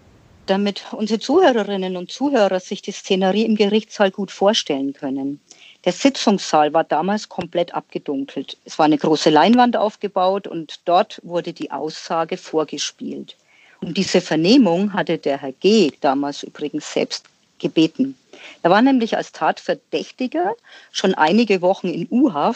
Damit unsere Zuhörerinnen und Zuhörer sich die Szenerie im Gerichtssaal gut vorstellen können. Der Sitzungssaal war damals komplett abgedunkelt. Es war eine große Leinwand aufgebaut und dort wurde die Aussage vorgespielt. Um diese Vernehmung hatte der Herr G. damals übrigens selbst gebeten. Er war nämlich als Tatverdächtiger schon einige Wochen in U-Haft,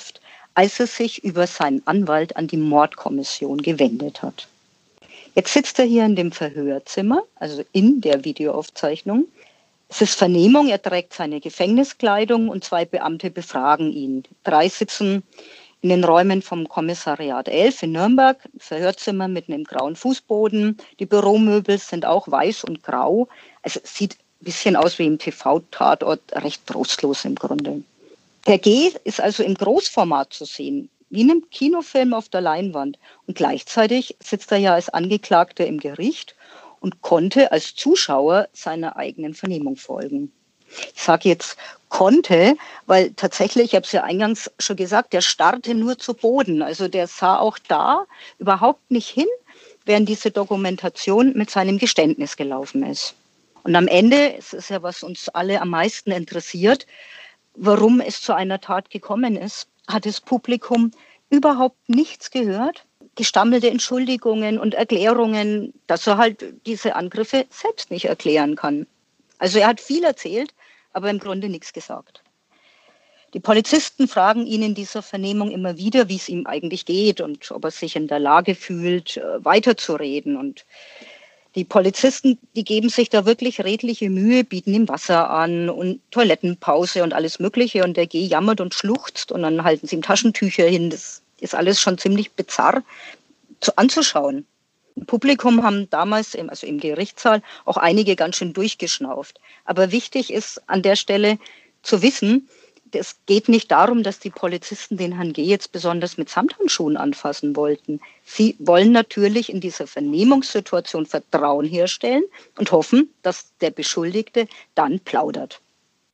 als er sich über seinen Anwalt an die Mordkommission gewendet hat. Jetzt sitzt er hier in dem Verhörzimmer, also in der Videoaufzeichnung. Es ist Vernehmung, er trägt seine Gefängniskleidung und zwei Beamte befragen ihn. Drei sitzen in den Räumen vom Kommissariat elf in Nürnberg, Verhörzimmer mitten im grauen Fußboden. Die Büromöbel sind auch weiß und grau. Also es sieht ein bisschen aus wie im T V-Tatort, recht trostlos im Grunde. Der G. ist also im Großformat zu sehen, wie in einem Kinofilm auf der Leinwand. Und gleichzeitig sitzt er ja als Angeklagter im Gericht und konnte als Zuschauer seiner eigenen Vernehmung folgen. Ich sage jetzt konnte, weil tatsächlich, ich habe es ja eingangs schon gesagt, der starrte nur zu Boden. Also der sah auch da überhaupt nicht hin, während diese Dokumentation mit seinem Geständnis gelaufen ist. Und am Ende, es ist ja, was uns alle am meisten interessiert, warum es zu einer Tat gekommen ist, hat das Publikum überhaupt nichts gehört. Gestammelte Entschuldigungen und Erklärungen, dass er halt diese Angriffe selbst nicht erklären kann. Also er hat viel erzählt, aber im Grunde nichts gesagt. Die Polizisten fragen ihn in dieser Vernehmung immer wieder, wie es ihm eigentlich geht und ob er sich in der Lage fühlt, weiterzureden. Und die Polizisten, die geben sich da wirklich redliche Mühe, bieten ihm Wasser an und Toilettenpause und alles Mögliche. Und der G. jammert und schluchzt und dann halten sie ihm Taschentücher hin. Das ist alles schon ziemlich bizarr zu, anzuschauen. Im Publikum haben damals, im, also im Gerichtssaal, auch einige ganz schön durchgeschnauft. Aber wichtig ist an der Stelle zu wissen, es geht nicht darum, dass die Polizisten den Herrn G. jetzt besonders mit Samthandschuhen anfassen wollten. Sie wollen natürlich in dieser Vernehmungssituation Vertrauen herstellen und hoffen, dass der Beschuldigte dann plaudert.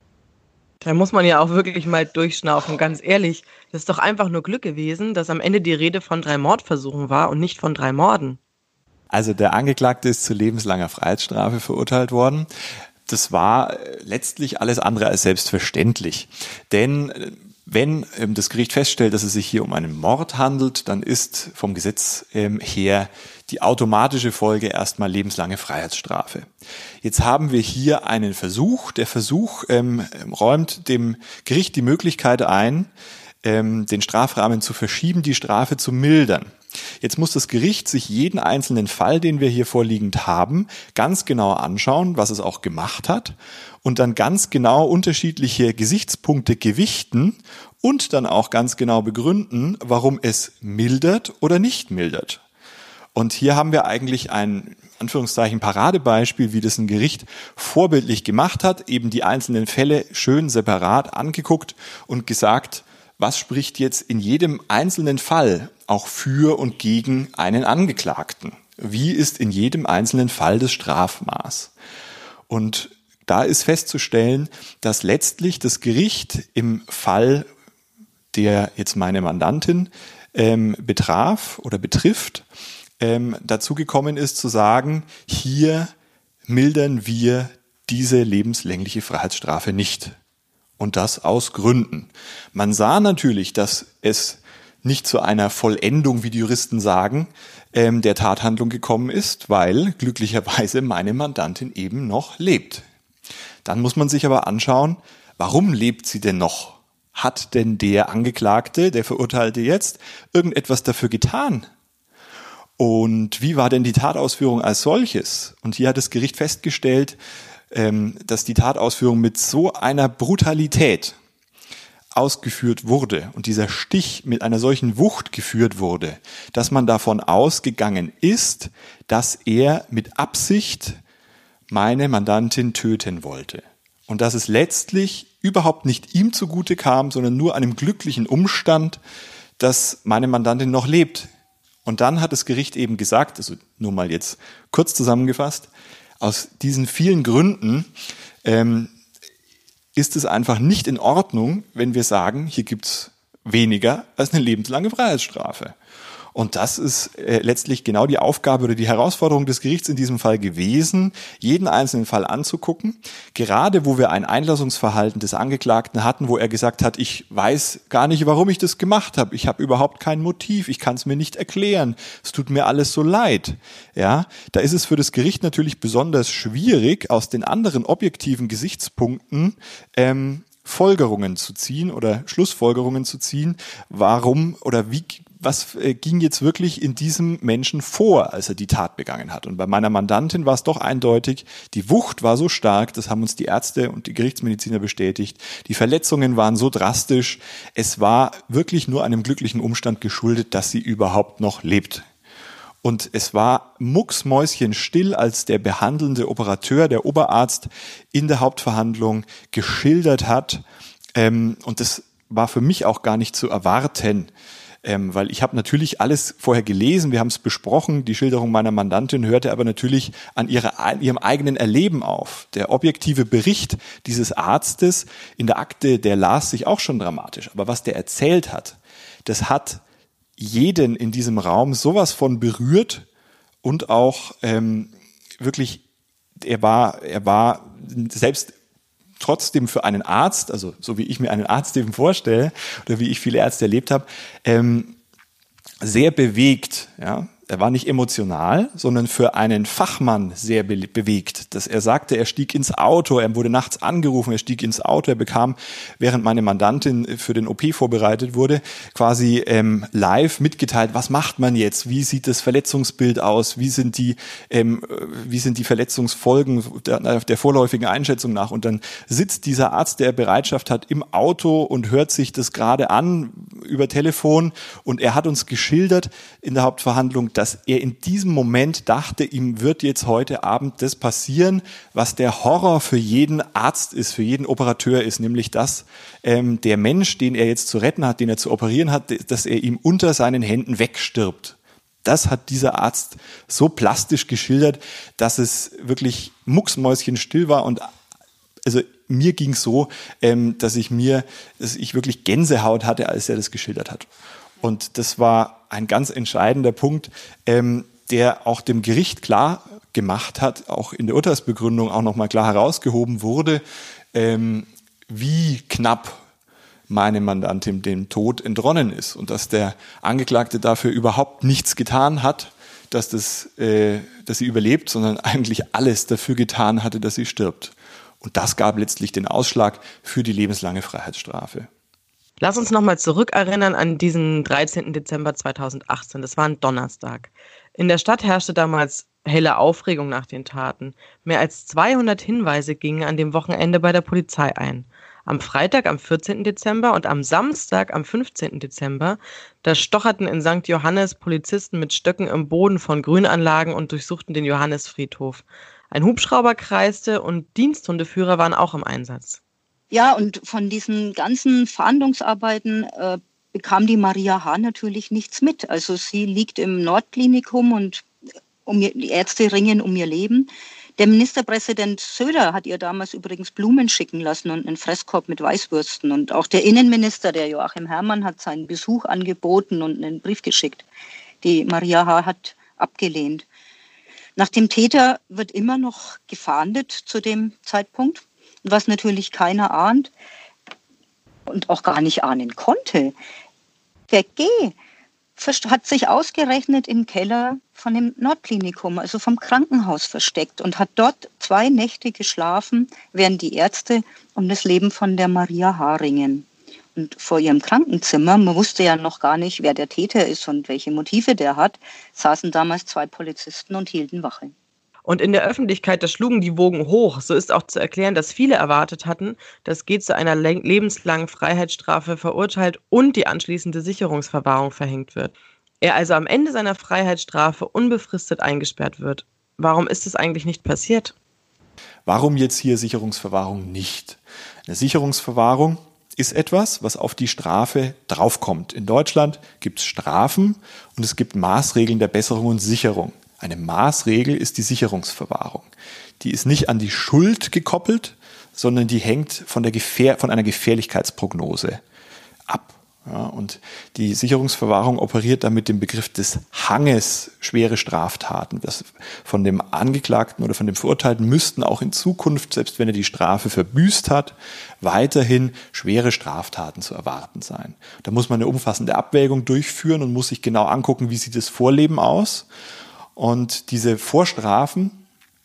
Da muss man ja auch wirklich mal durchschnaufen, ganz ehrlich. Das ist doch einfach nur Glück gewesen, dass am Ende die Rede von drei Mordversuchen war und nicht von drei Morden. Also der Angeklagte ist zu lebenslanger Freiheitsstrafe verurteilt worden. Das war letztlich alles andere als selbstverständlich. Denn wenn das Gericht feststellt, dass es sich hier um einen Mord handelt, dann ist vom Gesetz her die automatische Folge erstmal lebenslange Freiheitsstrafe. Jetzt haben wir hier einen Versuch. Der Versuch ähm, räumt dem Gericht die Möglichkeit ein, ähm, den Strafrahmen zu verschieben, die Strafe zu mildern. Jetzt muss das Gericht sich jeden einzelnen Fall, den wir hier vorliegend haben, ganz genau anschauen, was es auch gemacht hat und dann ganz genau unterschiedliche Gesichtspunkte gewichten und dann auch ganz genau begründen, warum es mildert oder nicht mildert. Und hier haben wir eigentlich ein, Anführungszeichen, Paradebeispiel, wie das ein Gericht vorbildlich gemacht hat, eben die einzelnen Fälle schön separat angeguckt und gesagt, was spricht jetzt in jedem einzelnen Fall auch für und gegen einen Angeklagten? Wie ist in jedem einzelnen Fall das Strafmaß? Und da ist festzustellen, dass letztlich das Gericht im Fall, der jetzt meine Mandantin ähm, betraf oder betrifft, ähm, dazu gekommen ist zu sagen, hier mildern wir diese lebenslängliche Freiheitsstrafe nicht. Und das aus Gründen. Man sah natürlich, dass es nicht zu einer Vollendung, wie die Juristen sagen, ähm, der Tathandlung gekommen ist, weil glücklicherweise meine Mandantin eben noch lebt. Dann muss man sich aber anschauen, warum lebt sie denn noch? Hat denn der Angeklagte, der Verurteilte jetzt, irgendetwas dafür getan? Und wie war denn die Tatausführung als solches? Und hier hat das Gericht festgestellt, dass die Tatausführung mit so einer Brutalität ausgeführt wurde und dieser Stich mit einer solchen Wucht geführt wurde, dass man davon ausgegangen ist, dass er mit Absicht meine Mandantin töten wollte. Und dass es letztlich überhaupt nicht ihm zugute kam, sondern nur einem glücklichen Umstand, dass meine Mandantin noch lebt. Und dann hat das Gericht eben gesagt, also nur mal jetzt kurz zusammengefasst, aus diesen vielen Gründen ähm, ist es einfach nicht in Ordnung, wenn wir sagen, hier gibt's weniger als eine lebenslange Freiheitsstrafe. Und das ist äh, letztlich genau die Aufgabe oder die Herausforderung des Gerichts in diesem Fall gewesen, jeden einzelnen Fall anzugucken. Gerade wo wir ein Einlassungsverhalten des Angeklagten hatten, wo er gesagt hat, ich weiß gar nicht, warum ich das gemacht habe. Ich habe überhaupt kein Motiv. Ich kann es mir nicht erklären. Es tut mir alles so leid. Ja, da ist es für das Gericht natürlich besonders schwierig, aus den anderen objektiven Gesichtspunkten ähm, Folgerungen zu ziehen oder Schlussfolgerungen zu ziehen, warum oder wie, was äh, ging jetzt wirklich in diesem Menschen vor, als er die Tat begangen hat. Und bei meiner Mandantin war es doch eindeutig, die Wucht war so stark, das haben uns die Ärzte und die Gerichtsmediziner bestätigt, die Verletzungen waren so drastisch, es war wirklich nur einem glücklichen Umstand geschuldet, dass sie überhaupt noch lebt. Und es war mucksmäuschenstill, als der behandelnde Operateur, der Oberarzt, in der Hauptverhandlung geschildert hat. Ähm, und das war für mich auch gar nicht zu erwarten, ähm, weil ich habe natürlich alles vorher gelesen, wir haben es besprochen, die Schilderung meiner Mandantin hörte aber natürlich an ihrer, an ihrem eigenen Erleben auf. Der objektive Bericht dieses Arztes in der Akte, der las sich auch schon dramatisch. Aber was der erzählt hat, das hat jeden in diesem Raum sowas von berührt und auch ähm, wirklich, er war, er war selbst trotzdem für einen Arzt, also so wie ich mir einen Arzt eben vorstelle oder wie ich viele Ärzte erlebt habe, ähm, sehr bewegt, ja. Er war nicht emotional, sondern für einen Fachmann sehr be- bewegt. Dass er sagte, er stieg ins Auto, er wurde nachts angerufen, er stieg ins Auto, er bekam, während meine Mandantin für den O P vorbereitet wurde, quasi ähm, live mitgeteilt, was macht man jetzt, wie sieht das Verletzungsbild aus, wie sind die, ähm, wie sind die Verletzungsfolgen der, der vorläufigen Einschätzung nach. Und dann sitzt dieser Arzt, der Bereitschaft hat, im Auto und hört sich das gerade an über Telefon. Und er hat uns geschildert in der Hauptverhandlung, dass er in diesem Moment dachte, ihm wird jetzt heute Abend das passieren, was der Horror für jeden Arzt ist, für jeden Operateur ist, nämlich dass ähm, der Mensch, den er jetzt zu retten hat, den er zu operieren hat, dass er ihm unter seinen Händen wegstirbt. Das hat dieser Arzt so plastisch geschildert, dass es wirklich mucksmäuschenstill war und also mir ging es so, ähm, dass ich mir, dass ich wirklich Gänsehaut hatte, als er das geschildert hat. Und das war ein ganz entscheidender Punkt, ähm, der auch dem Gericht klar gemacht hat, auch in der Urteilsbegründung auch nochmal klar herausgehoben wurde, ähm, wie knapp meine Mandantin dem Tod entronnen ist und dass der Angeklagte dafür überhaupt nichts getan hat, dass, das, äh, dass sie überlebt, sondern eigentlich alles dafür getan hatte, dass sie stirbt. Und das gab letztlich den Ausschlag für die lebenslange Freiheitsstrafe. Lass uns nochmal zurückerinnern an diesen dreizehnten Dezember zweitausendachtzehn. Das war ein Donnerstag. In der Stadt herrschte damals helle Aufregung nach den Taten. Mehr als zweihundert Hinweise gingen an dem Wochenende bei der Polizei ein. Am Freitag, am vierzehnten Dezember und am Samstag, am fünfzehnten Dezember, da stocherten in Sankt Johannes Polizisten mit Stöcken im Boden von Grünanlagen und durchsuchten den Johannisfriedhof. Ein Hubschrauber kreiste und Diensthundeführer waren auch im Einsatz. Ja, und von diesen ganzen Fahndungsarbeiten äh, bekam die Maria H. natürlich nichts mit. Also sie liegt im Nordklinikum und um ihr, die Ärzte ringen um ihr Leben. Der Ministerpräsident Söder hat ihr damals übrigens Blumen schicken lassen und einen Fresskorb mit Weißwürsten. Und auch der Innenminister, der Joachim Herrmann, hat seinen Besuch angeboten und einen Brief geschickt. Die Maria H. hat abgelehnt. Nach dem Täter wird immer noch gefahndet zu dem Zeitpunkt. Was natürlich keiner ahnt und auch gar nicht ahnen konnte. Der G. hat sich ausgerechnet im Keller von dem Nordklinikum, also vom Krankenhaus, versteckt und hat dort zwei Nächte geschlafen, während die Ärzte um das Leben von der Maria H. ringen. Und vor ihrem Krankenzimmer, man wusste ja noch gar nicht, wer der Täter ist und welche Motive der hat, saßen damals zwei Polizisten und hielten Wache. Und in der Öffentlichkeit, da schlugen die Wogen hoch. So ist auch zu erklären, dass viele erwartet hatten, dass G. zu einer lebenslangen Freiheitsstrafe verurteilt und die anschließende Sicherungsverwahrung verhängt wird. Er also am Ende seiner Freiheitsstrafe unbefristet eingesperrt wird. Warum ist es eigentlich nicht passiert? Warum jetzt hier Sicherungsverwahrung nicht? Eine Sicherungsverwahrung ist etwas, was auf die Strafe draufkommt. In Deutschland gibt es Strafen und es gibt Maßregeln der Besserung und Sicherung. Eine Maßregel ist die Sicherungsverwahrung. Die ist nicht an die Schuld gekoppelt, sondern die hängt von, der Gefähr- von einer Gefährlichkeitsprognose ab. Ja, und die Sicherungsverwahrung operiert dann mit dem Begriff des Hanges schwere Straftaten. Das von dem Angeklagten oder von dem Verurteilten müssten auch in Zukunft, selbst wenn er die Strafe verbüßt hat, weiterhin schwere Straftaten zu erwarten sein. Da muss man eine umfassende Abwägung durchführen und muss sich genau angucken, wie sieht das Vorleben aus. Und diese Vorstrafen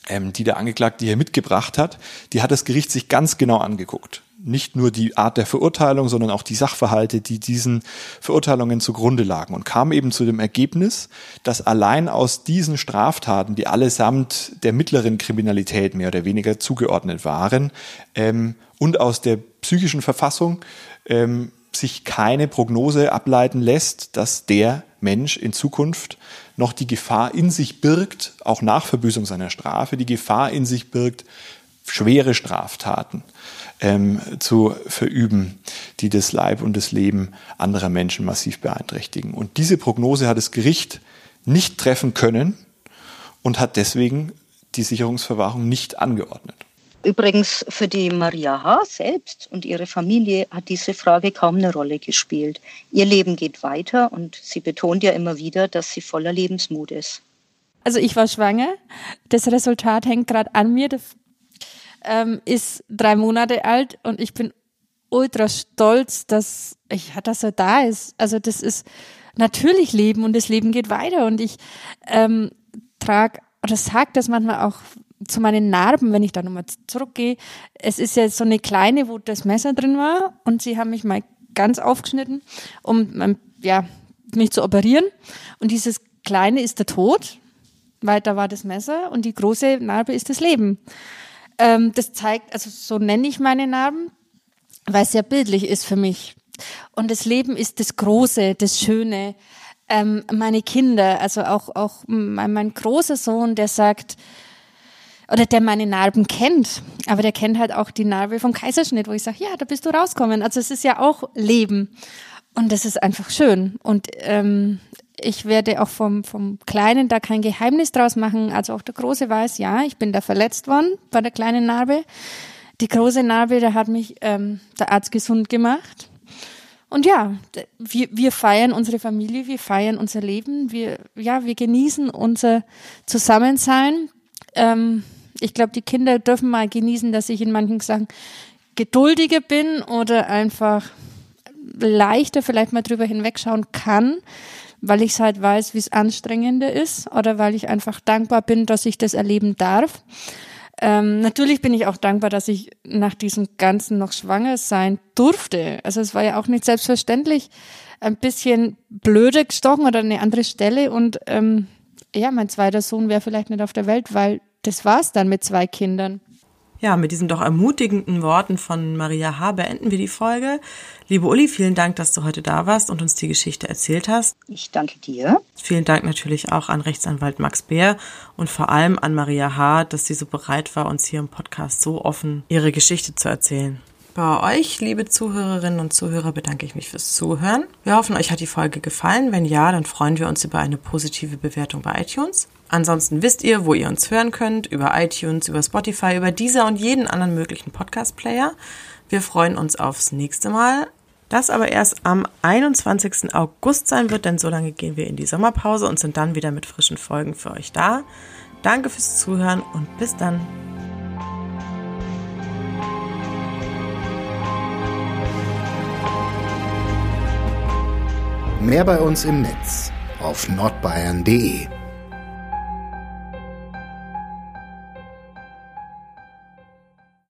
ähm, die der Angeklagte hier mitgebracht hat, die hat das Gericht sich ganz genau angeguckt. Nicht nur die Art der Verurteilung, sondern auch die Sachverhalte, die diesen Verurteilungen zugrunde lagen, und kam eben zu dem Ergebnis, dass allein aus diesen Straftaten, die allesamt der mittleren Kriminalität mehr oder weniger zugeordnet waren, ähm, und aus der psychischen Verfassung ähm, sich keine Prognose ableiten lässt, dass der Mensch in Zukunft noch die Gefahr in sich birgt, auch nach Verbüßung seiner Strafe, die Gefahr in sich birgt, schwere Straftaten ähm, zu verüben, die das Leib und das Leben anderer Menschen massiv beeinträchtigen. Und diese Prognose hat das Gericht nicht treffen können und hat deswegen die Sicherungsverwahrung nicht angeordnet. Übrigens für die Maria H. selbst und ihre Familie hat diese Frage kaum eine Rolle gespielt. Ihr Leben geht weiter und sie betont ja immer wieder, dass sie voller Lebensmut ist. Also ich war schwanger, das Resultat hängt gerade an mir, das ähm, ist drei Monate alt und ich bin ultra stolz, dass, ich, dass er da ist. Also das ist natürlich Leben und das Leben geht weiter und ich ähm, trage oder sage das manchmal auch zu meinen Narben, wenn ich da nochmal zurückgehe. Es ist ja so eine kleine, wo das Messer drin war und sie haben mich mal ganz aufgeschnitten, um ja, mich zu operieren. Und dieses kleine ist der Tod, weil da war das Messer, und die große Narbe ist das Leben. Ähm, das zeigt, also so nenne ich meine Narben, weil es sehr bildlich ist für mich. Und das Leben ist das Große, das Schöne. Ähm, meine Kinder, also auch, auch mein, mein großer Sohn, der sagt, oder der meine Narben kennt, aber der kennt halt auch die Narbe vom Kaiserschnitt, wo ich sage, ja, da bist du rausgekommen. Also es ist ja auch Leben und das ist einfach schön. Und ähm, ich werde auch vom vom Kleinen da kein Geheimnis draus machen. Also auch der Große weiß, ja, ich bin da verletzt worden bei der kleinen Narbe. Die große Narbe, da hat mich ähm, der Arzt gesund gemacht. Und ja, wir, wir feiern unsere Familie, wir feiern unser Leben, wir, ja, wir genießen unser Zusammensein. Ähm, Ich glaube, die Kinder dürfen mal genießen, dass ich in manchen Sachen geduldiger bin oder einfach leichter vielleicht mal drüber hinwegschauen kann, weil ich es halt weiß, wie es anstrengender ist oder weil ich einfach dankbar bin, dass ich das erleben darf. Ähm, natürlich bin ich auch dankbar, dass ich nach diesem Ganzen noch schwanger sein durfte. Also es war ja auch nicht selbstverständlich, ein bisschen blöde gestochen oder eine andere Stelle und ähm, ja, mein zweiter Sohn wäre vielleicht nicht auf der Welt, weil das war's dann mit zwei Kindern. Ja, mit diesen doch ermutigenden Worten von Maria H. beenden wir die Folge. Liebe Uli, vielen Dank, dass du heute da warst und uns die Geschichte erzählt hast. Ich danke dir. Vielen Dank natürlich auch an Rechtsanwalt Max Beer und vor allem an Maria H., dass sie so bereit war, uns hier im Podcast so offen ihre Geschichte zu erzählen. Bei euch, liebe Zuhörerinnen und Zuhörer, bedanke ich mich fürs Zuhören. Wir hoffen, euch hat die Folge gefallen. Wenn ja, dann freuen wir uns über eine positive Bewertung bei iTunes. Ansonsten wisst ihr, wo ihr uns hören könnt, über iTunes, über Spotify, über Deezer und jeden anderen möglichen Podcast-Player. Wir freuen uns aufs nächste Mal. Das aber erst am einundzwanzigsten August sein wird, denn so lange gehen wir in die Sommerpause und sind dann wieder mit frischen Folgen für euch da. Danke fürs Zuhören und bis dann. Mehr bei uns im Netz auf nordbayern punkt de.